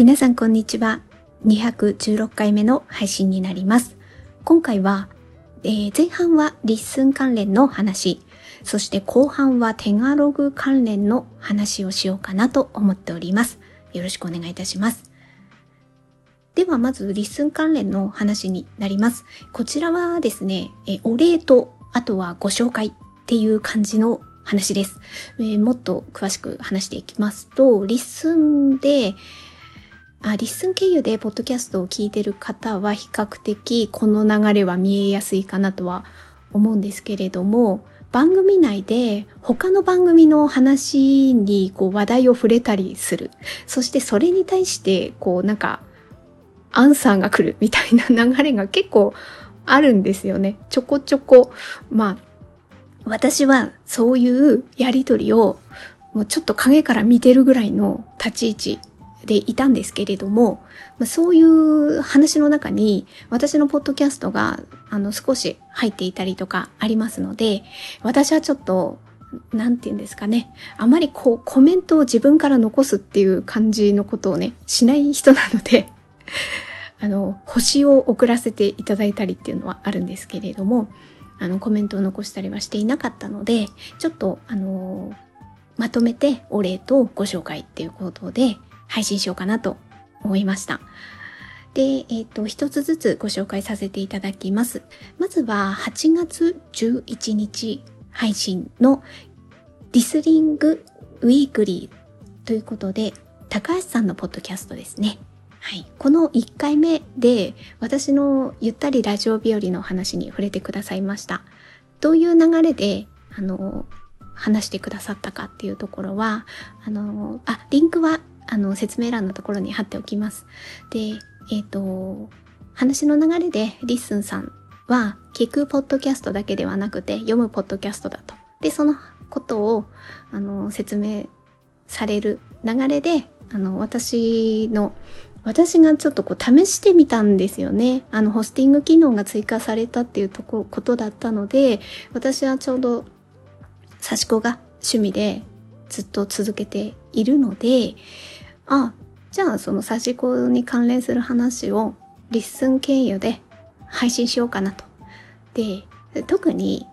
皆さんこんにちは。216回目の配信になります。今回は、前半はリッスン関連の話、そして後半はテガログ関連の話をしようかなと思っております。よろしくお願いいたします。ではまずリッスン関連の話になります。こちらはですね、お礼とあとはご紹介っていう感じの話です。もっと詳しく話していきますと、リッスン経由でポッドキャストを聞いている方は比較的この流れは見えやすいかなとは思うんですけれども、番組内で他の番組の話に話題を触れたりする。そしてそれに対してアンサーが来るみたいな流れが結構あるんですよね。ちょこちょこ。私はそういうやりとりをもうちょっと影から見てるぐらいの立ち位置でいたんですけれども、そういう話の中に私のポッドキャストが少し入っていたりとかありますので、私はちょっとあまりコメントを自分から残すっていう感じのことをねしない人なので星を送らせていただいたりっていうのはあるんですけれども、コメントを残したりはしていなかったので、ちょっとまとめてお礼とご紹介っていうことで配信しようかなと思いました。で、一つずつご紹介させていただきます。まずは8月11日配信のリスリングウィークリーということで、高橋さんのポッドキャストですね。はい。この1回目で私のゆったりラジオ日和の話に触れてくださいました。どういう流れで、話してくださったかっていうところは、リンクは説明欄のところに貼っておきます。で、話の流れでリッスンさんは聞くポッドキャストだけではなくて読むポッドキャストだと。で、そのことを説明される流れで、私がちょっと試してみたんですよね。ホスティング機能が追加されたっていうことだったので、私はちょうど差し子が趣味でずっと続けているので、じゃあその差し子に関連する話をリッスン経由で配信しようかなと。で、特に、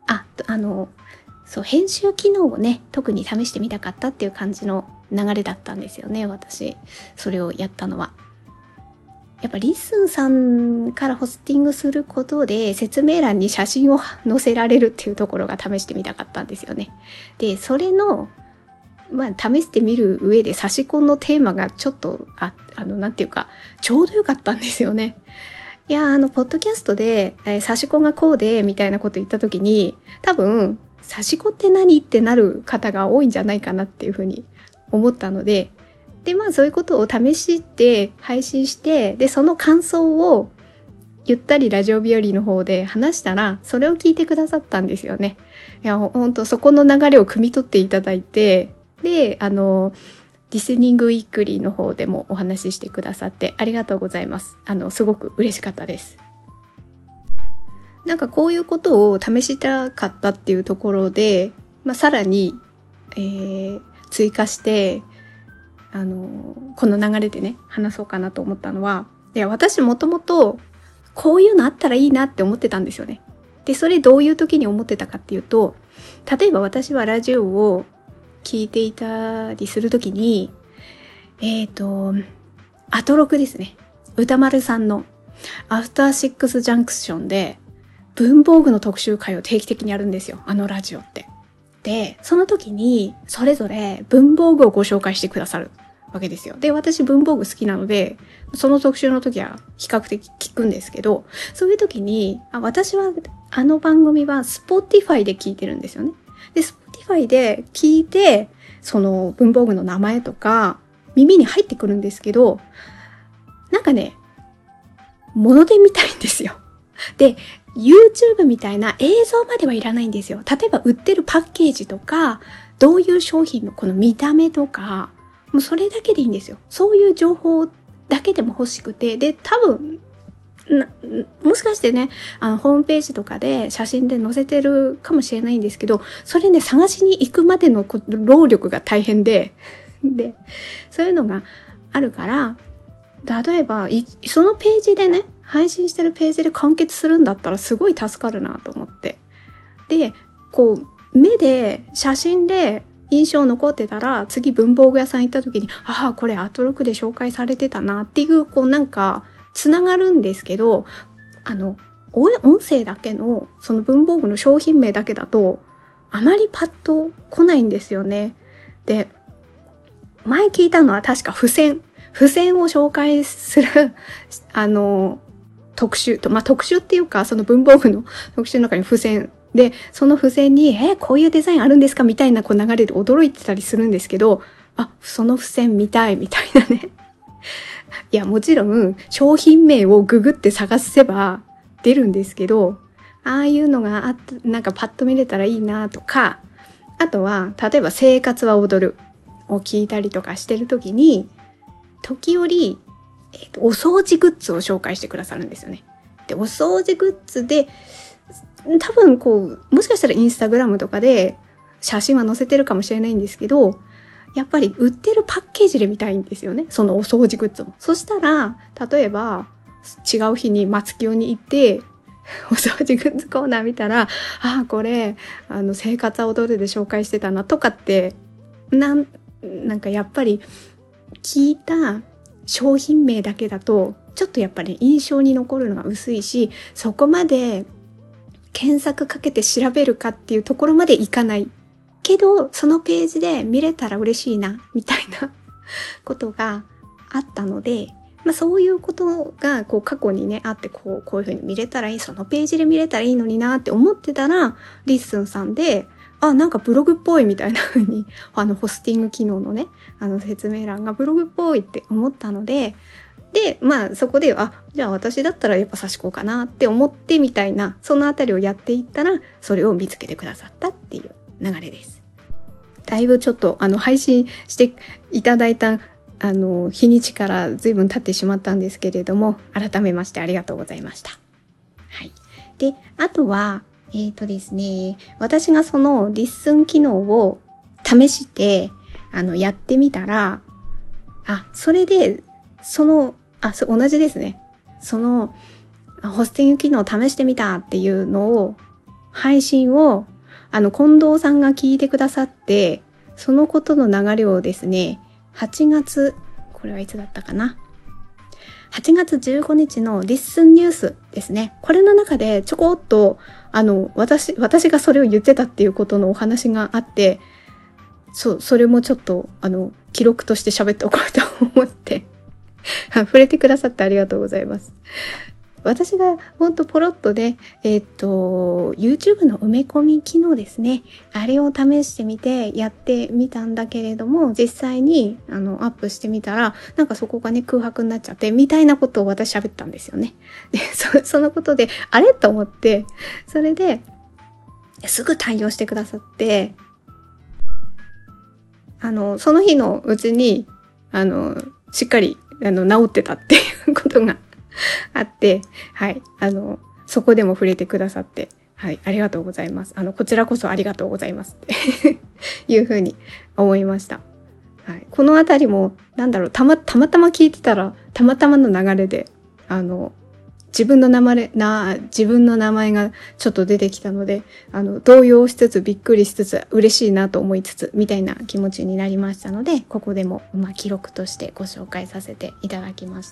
編集機能をね、特に試してみたかったっていう感じの流れだったんですよね、私。それをやったのは。やっぱリッスンさんからホスティングすることで説明欄に写真を載せられるっていうところが試してみたかったんですよね。で、それの、試してみる上で差し込のテーマがちょっと、ちょうどよかったんですよね。いや、ポッドキャストで、差し込がこうで、みたいなこと言ったときに、多分、差し子って何ってなる方が多いんじゃないかなっていうふうに思ったので、そういうことを試して配信して、で、その感想をゆったりラジオ日和の方で話したら、それを聞いてくださったんですよね。いや、本当そこの流れを汲み取っていただいて、で、リスニングウィークリーの方でもお話ししてくださってありがとうございます。すごく嬉しかったです。こういうことを試したかったっていうところで、さらに、追加して、この流れでね、話そうかなと思ったのは、私もともとこういうのあったらいいなって思ってたんですよね。で、それどういう時に思ってたかっていうと、例えば私はラジオを聞いていたりするときに、アトロクですね。歌丸さんのアフターシックスジャンクションで文房具の特集会を定期的にやるんですよ。ラジオって。で、その時にそれぞれ文房具をご紹介してくださるわけですよ。で、私文房具好きなので、その特集の時は比較的聞くんですけど、そういう時に、私は番組は Spotify で聞いてるんですよね。で、Spotify で聞いて、その文房具の名前とか耳に入ってくるんですけど、物で見たいんですよ。で、YouTube みたいな映像まではいらないんですよ。例えば売ってるパッケージとか、どういう商品のこの見た目とか、もうそれだけでいいんですよ。そういう情報だけでも欲しくて、で、多分、もしかしてね、ホームページとかで写真で載せてるかもしれないんですけど、それね、探しに行くまでの労力が大変で、そういうのがあるから、例えばそのページでね、配信してるページで完結するんだったらすごい助かるなと思って。で、こう目で写真で印象残ってたら、次文房具屋さん行った時に、ああこれアートロックで紹介されてたなっていう、こうなんかつながるんですけど、音声だけのその文房具の商品名だけだとあまりパッと来ないんですよね。で、前聞いたのは確か付箋を紹介する特集と、特集っていうか、その文房具の特集の中に付箋で、その付箋にこういうデザインあるんですかみたいなこう流れで驚いてたりするんですけど、その付箋見たいみたいなね。いや、もちろん商品名をググって探せば出るんですけど、ああいうのがなんかパッと見れたらいいなとか、あとは例えば生活は踊るを聞いたりとかしてるときに、時折、お掃除グッズを紹介してくださるんですよね。で、お掃除グッズで多分もしかしたらインスタグラムとかで写真は載せてるかもしれないんですけど、やっぱり売ってるパッケージで見たいんですよね、そのお掃除グッズも。そしたら例えば違う日に松清に行ってお掃除グッズコーナー見たら、これ生活は踊るで紹介してたなとかって、なんかやっぱり聞いた商品名だけだとちょっとやっぱり印象に残るのが薄いし、そこまで検索かけて調べるかっていうところまでいかないけど、そのページで見れたら嬉しいなみたいなことがあったので、そういうことが過去にねあって、こういう風に見れたらいい、そのページで見れたらいいのになって思ってたら、リッスンさんでなんかブログっぽいみたいな風にホスティング機能のね説明欄がブログっぽいって思ったので、そこでじゃあ私だったらやっぱ差し子かなって思ってみたいな、そのあたりをやっていったらそれを見つけてくださったっていう流れです。だいぶちょっと配信していただいた日にちから随分経ってしまったんですけれども、改めましてありがとうございました。はい。で、あとはですね、私がそのリッスン機能を試してやってみたら、それで同じですね。そのホスティング機能を試してみたっていうのを配信を近藤さんが聞いてくださって、そのことの流れをですね、8月、これはいつだったかな、8月15日のリッスンニュースですね。これの中でちょこっと私がそれを言ってたっていうことのお話があって、それもちょっと記録として喋っておこうと思って触れてくださってありがとうございます。私がほんとポロッとで、YouTube の埋め込み機能ですね。あれを試してみてやってみたんだけれども、実際にアップしてみたら、なんかそこがね空白になっちゃってみたいなことを私喋ったんですよね。で、そのことであれと思って、それですぐ対応してくださって、その日のうちにしっかり治ってたっていうことがあって、はい、そこでも触れてくださって、はい、ありがとうございます。こちらこそありがとうございますっていうふうに思いました。はい、このあたりもたまたま聞いてたら、たまたまの流れで自分の名前がちょっと出てきたので、動揺しつつびっくりしつつ嬉しいなと思いつつみたいな気持ちになりましたので、ここでも記録としてご紹介させていただきました。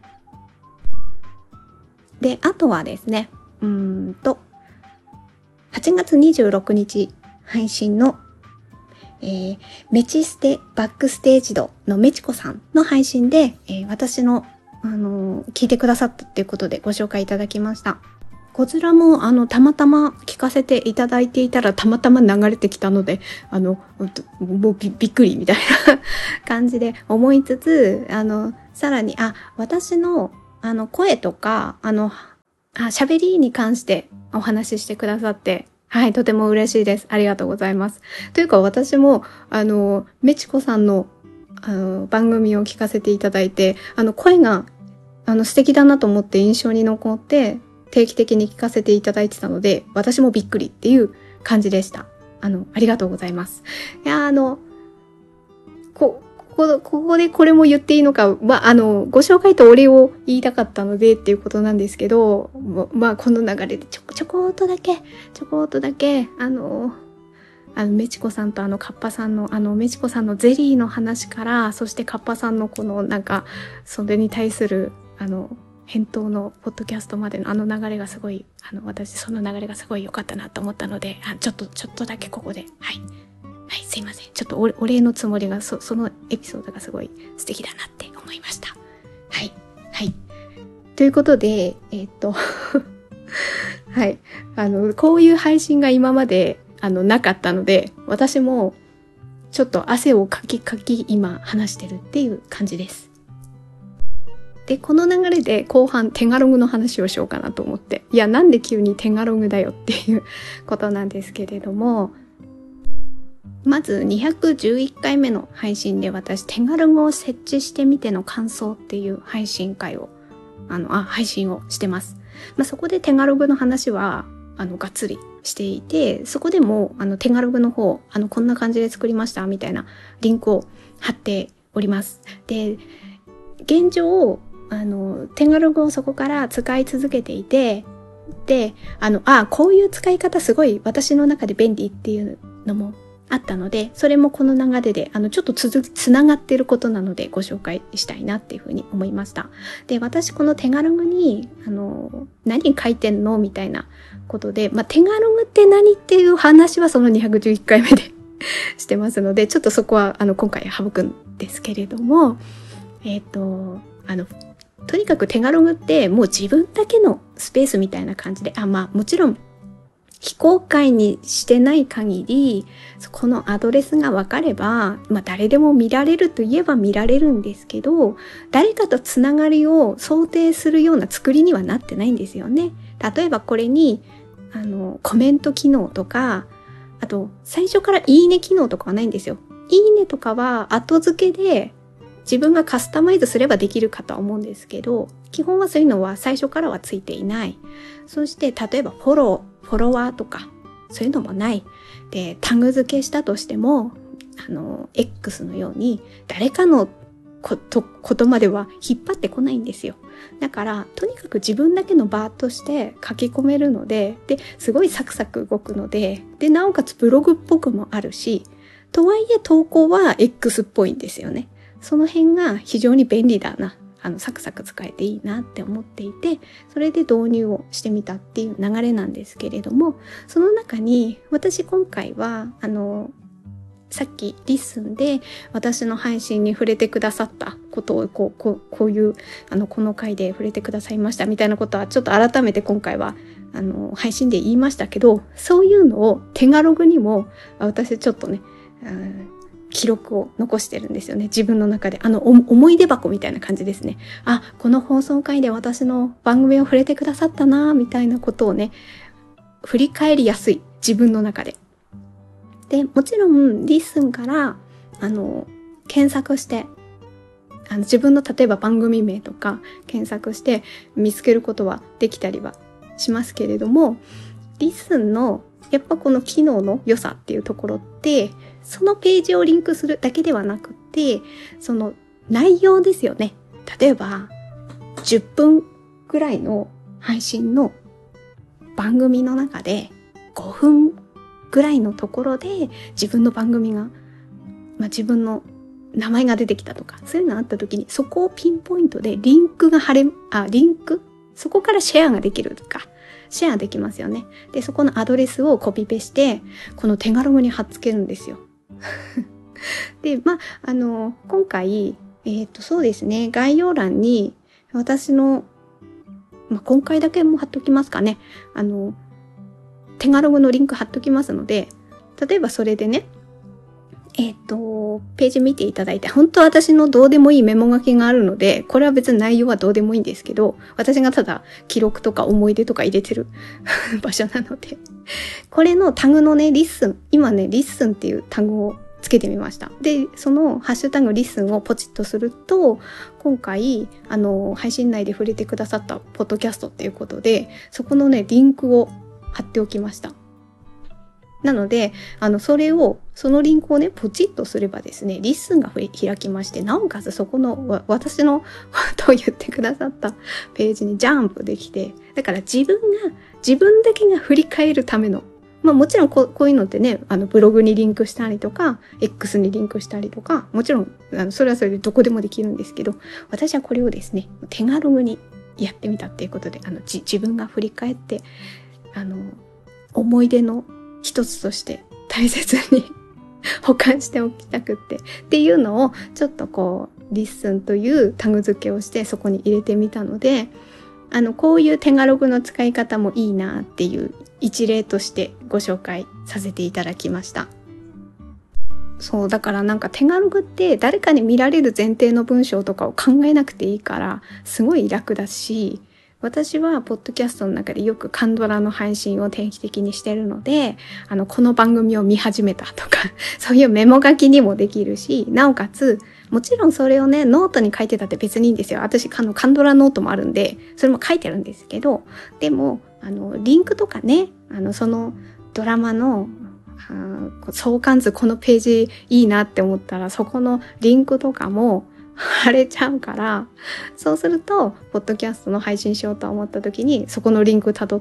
で、あとはですね、8月26日配信の、メチステバックステージドのメチコさんの配信で、私の聞いてくださったっていうことでご紹介いただきました。こちらもたまたま聞かせていただいていたらたまたま流れてきたので、もうびっくりみたいな感じで思いつつ、さらに私の声とか喋りに関してお話ししてくださって、はい、とても嬉しいです。ありがとうございます。というか私もメチコさんの番組を聞かせていただいて、声が素敵だなと思って印象に残って定期的に聞かせていただいてたので、私もびっくりっていう感じでした。ありがとうございます。いや、こここでこれも言っていいのか、ご紹介とお礼を言いたかったのでっていうことなんですけど、この流れでちょこっとだけ、メチコさんとカッパさんの、メチコさんのゼリーの話から、そしてカッパさんのこのそれに対する、返答のポッドキャストまでの流れがすごい、私その流れがすごい良かったなと思ったので、ちょっとだけここで、はい、すいません。ちょっとお礼のつもりが、そのエピソードがすごい素敵だなって思いました。はい。ということで、はい。こういう配信が今まで、なかったので、私も、ちょっと汗をかき今話してるっていう感じです。で、この流れで後半テガログの話をしようかなと思って。いや、なんで急にテガログだよっていうことなんですけれども、まず211回目の配信で私テガログを設置してみての感想っていう配信をしてます。そこでテガログの話はがっつりしていて、そこでもテガログの方こんな感じで作りましたみたいなリンクを貼っております。で、現状テガログをそこから使い続けていて、でこういう使い方すごい私の中で便利っていうのもあったので、それもこの流れでちょっとつながっていることなのでご紹介したいなっていうふうに思いました。で、私このテガログに何書いてんのみたいなことで、テガログって何っていう話はその211回目でしてますので、ちょっとそこは今回省くんですけれども、とにかくテガログってもう自分だけのスペースみたいな感じで、もちろん非公開にしてない限り、このアドレスが分かれば、誰でも見られるといえば見られるんですけど、誰かとつながりを想定するような作りにはなってないんですよね。例えばこれに、コメント機能とか、あと、最初からいいね機能とかはないんですよ。いいねとかは後付けで自分がカスタマイズすればできるかとは思うんですけど、基本はそういうのは最初からはついていない。そして、例えばフォロワーとか、そういうのもない。で、タグ付けしたとしても、X のように、誰かのことまでは引っ張ってこないんですよ。だから、とにかく自分だけのバーとして書き込めるので、で、すごいサクサク動くので、で、なおかつブログっぽくもあるし、とはいえ投稿は X っぽいんですよね。その辺が非常に便利だな。サクサク使えていいなって思っていて、それで導入をしてみたっていう流れなんですけれども、その中に私今回はさっきリッスンで私の配信に触れてくださったことをこういうこの回で触れてくださいましたみたいなことはちょっと改めて今回は配信で言いましたけど、そういうのをテガログにも私ちょっとね、記録を残してるんですよね。自分の中で。思い出箱みたいな感じですね。この放送回で私の番組を触れてくださったなみたいなことをね、振り返りやすい。自分の中で。で、もちろん、リッスンから、検索して、自分の例えば番組名とか検索して見つけることはできたりはしますけれども、リッスンのやっぱこの機能の良さっていうところって、そのページをリンクするだけではなくて、その内容ですよね。例えば、10分ぐらいの配信の番組の中で5分ぐらいのところで自分の番組が、自分の名前が出てきたとか、そういうのがあった時にそこをピンポイントでリンクそこからシェアができるとか、シェアできますよね。で、そこのアドレスをコピペして、このテガログに貼っつけるんですよ。で、今回、そうですね、概要欄に私の、今回だけも貼っときますかね。テガログのリンク貼っときますので、例えばそれでね、ページ見ていただいて、本当は私のどうでもいいメモ書きがあるので、これは別に内容はどうでもいいんですけど、私がただ記録とか思い出とか入れてる場所なので、これのタグのね、リッスン、今ね、リッスンっていうタグをつけてみました。で、そのハッシュタグリッスンをポチッとすると、今回、配信内で触れてくださったポッドキャストっていうことで、そこのね、リンクを貼っておきました。 なので、そのリンクをね、ポチッとすればですね、リッスンが開きまして、なおかつそこの私のことを言ってくださったページにジャンプできて、だから自分だけが振り返るための、もちろんこういうのってね、ブログにリンクしたりとか、X にリンクしたりとか、もちろん、それはそれでどこでもできるんですけど、私はこれをですね、手軽にやってみたっていうことで、自分が振り返って、思い出の一つとして大切に保管しておきたくっていうのをちょっとリッスンというタグ付けをしてそこに入れてみたので、こういう手軽グの使い方もいいなっていう一例としてご紹介させていただきました。そう、だからなんか手軽グって誰かに見られる前提の文章とかを考えなくていいからすごい楽だし、私はポッドキャストの中でよくカンドラの配信を定期的にしてるので、この番組を見始めたとか、そういうメモ書きにもできるし、なおかつ、もちろんそれをね、ノートに書いてたって別にいいんですよ。私、カンドラノートもあるんで、それも書いてるんですけど、でも、リンクとかね、そのドラマの、相関図このページいいなって思ったら、そこのリンクとかも、貼れちゃうから、そうするとポッドキャストの配信しようと思った時にそこのリンク辿って、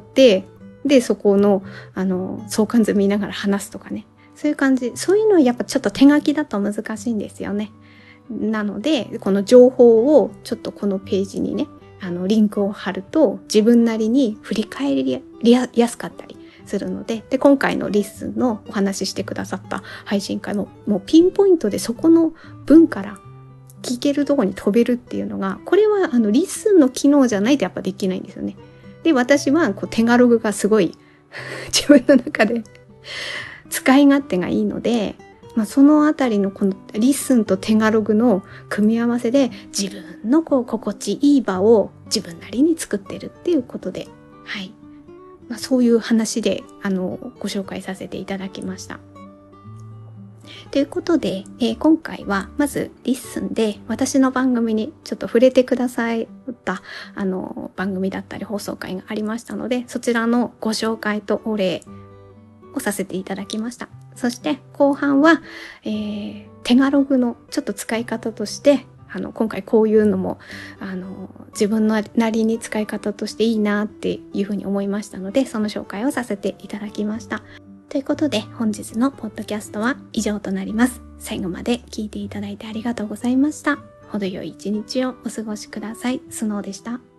でそこの相関図見ながら話すとかね、そういう感じ。そういうのはやっぱちょっと手書きだと難しいんですよね。なのでこの情報をちょっとこのページにねリンクを貼ると自分なりに振り返りやすかったりするので、今回のリッスンのお話ししてくださった配信会ももうピンポイントでそこの文から聞けるところに飛べるっていうのが、これはリッスンの機能じゃないとやっぱできないんですよね。で、私は手軽グがすごい自分の中で使い勝手がいいので、そのあたりのこのリッスンと手軽グの組み合わせで自分の心地いい場を自分なりに作ってるっていうことで、はい。そういう話でご紹介させていただきました。ということで、今回はまずリッスンで私の番組にちょっと触れてくださった番組だったり放送回がありましたので、そちらのご紹介とお礼をさせていただきました。そして後半は、手軽グのちょっと使い方として今回こういうのも自分なりに使い方としていいなっていうふうに思いましたので、その紹介をさせていただきました。ということで本日のポッドキャストは以上となります。最後まで聞いていただいてありがとうございました。程よい一日をお過ごしください。スノーでした。